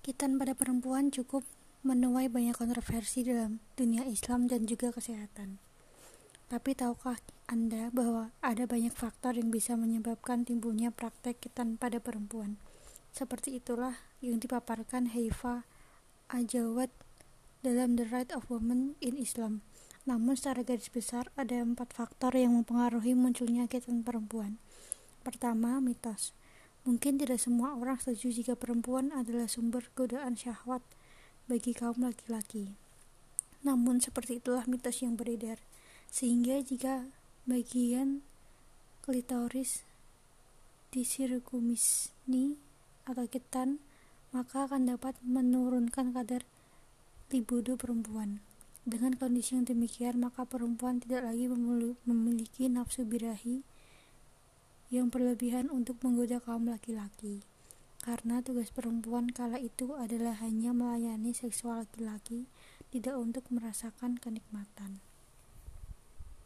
Khitan pada perempuan cukup menuai banyak kontroversi dalam dunia Islam dan juga kesehatan. Tapi tahukah Anda bahwa ada banyak faktor yang bisa menyebabkan timbulnya praktek khitan pada perempuan? Seperti itulah yang dipaparkan Haifa Ajawad dalam The Right of Women in Islam. Namun secara garis besar ada 4 faktor yang mempengaruhi munculnya khitan perempuan. Pertama, mitos. Mungkin tidak semua orang setuju jika perempuan adalah sumber godaan syahwat bagi kaum laki-laki. Namun seperti itulah mitos yang beredar, sehingga jika bagian klitoris disirkumsni atau khitan, maka akan dapat menurunkan kadar libido perempuan. Dengan kondisi yang demikian, maka perempuan tidak lagi memiliki nafsu birahi yang berlebihan untuk menggoda kaum laki-laki, karena tugas perempuan kala itu adalah hanya melayani seksual laki-laki, tidak untuk merasakan kenikmatan.